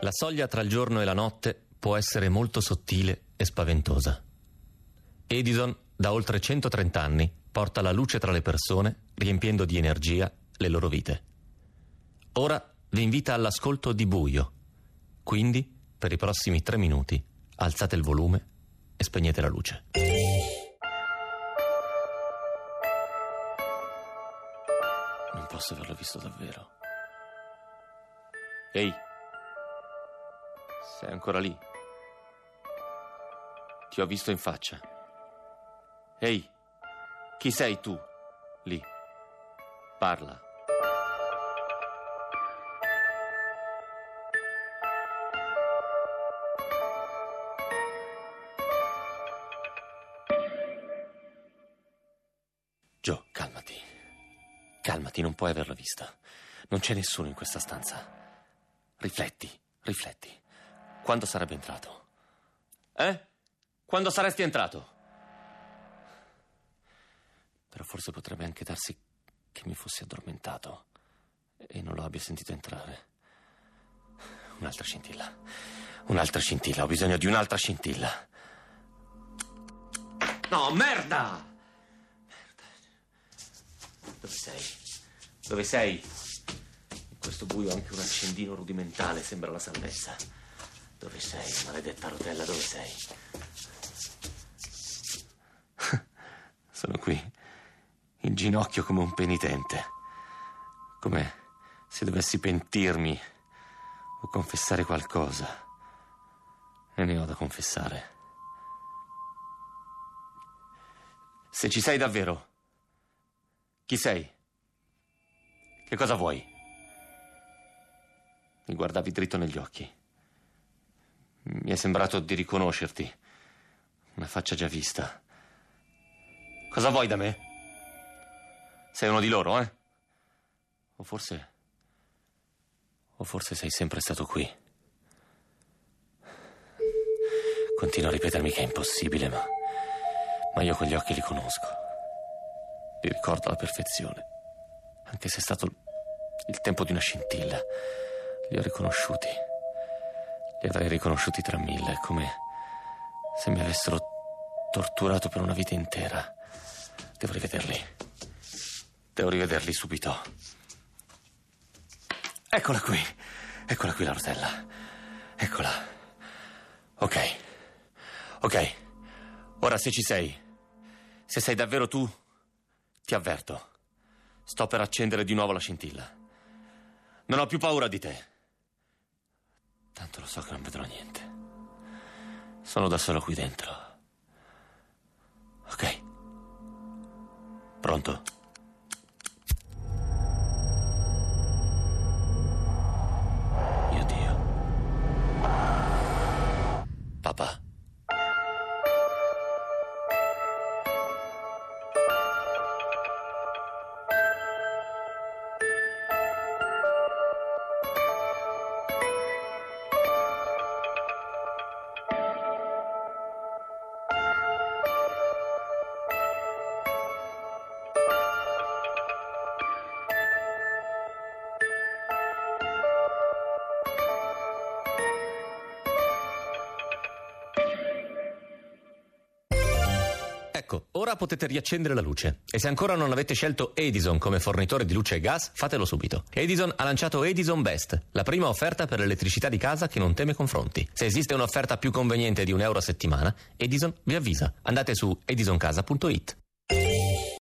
La soglia tra il giorno e la notte può essere molto sottile e spaventosa. Edison, da oltre 130 anni, porta la luce tra le persone, riempiendo di energia le loro vite. Ora vi invita all'ascolto di Buio. Quindi, per i prossimi 3 minuti, alzate il volume e spegnete la luce. Non posso averlo visto davvero. Ehi, sei ancora lì? Ti ho visto in faccia. Ehi, chi sei tu? Lì. Parla. Joe, calmati. Calmati, non puoi averla vista. Non c'è nessuno in questa stanza. Rifletti. Quando sarebbe entrato? Quando saresti entrato? Però forse potrebbe anche darsi che mi fossi addormentato e non lo abbia sentito entrare. Un'altra scintilla, ho bisogno di un'altra scintilla. No, merda! Dove sei? In questo buio anche un accendino rudimentale sembra la salvezza. Dove sei, maledetta rotella, dove sei? Sono qui, in ginocchio come un penitente. Come se dovessi pentirmi o confessare qualcosa. E ne ho da confessare. Se ci sei davvero, chi sei? Che cosa vuoi? Mi guardavi dritto negli occhi. Mi è sembrato di riconoscerti. Una faccia già vista. Cosa vuoi da me? Sei uno di loro, eh? O forse sei sempre stato qui. Continuo a ripetermi che è impossibile, ma io quegli occhi li conosco. Li ricordo alla perfezione. Anche se è stato il tempo di una scintilla. Li ho riconosciuti. Li avrei riconosciuti tra 1000, come se mi avessero torturato per una vita intera. Devo rivederli subito. Eccola qui la rotella. Eccola. Ok. Ora se ci sei, se sei davvero tu, ti avverto. Sto per accendere di nuovo la scintilla. Non ho più paura di te. Tanto lo so che non vedrò niente. Sono da solo qui dentro. Ok. Pronto? Mio Dio. Papà. Ecco, ora potete riaccendere la luce. E se ancora non avete scelto Edison come fornitore di luce e gas, fatelo subito. Edison ha lanciato Edison Best, la prima offerta per l'elettricità di casa che non teme confronti. Se esiste un'offerta più conveniente di €1 a settimana, Edison vi avvisa. Andate su edisoncasa.it.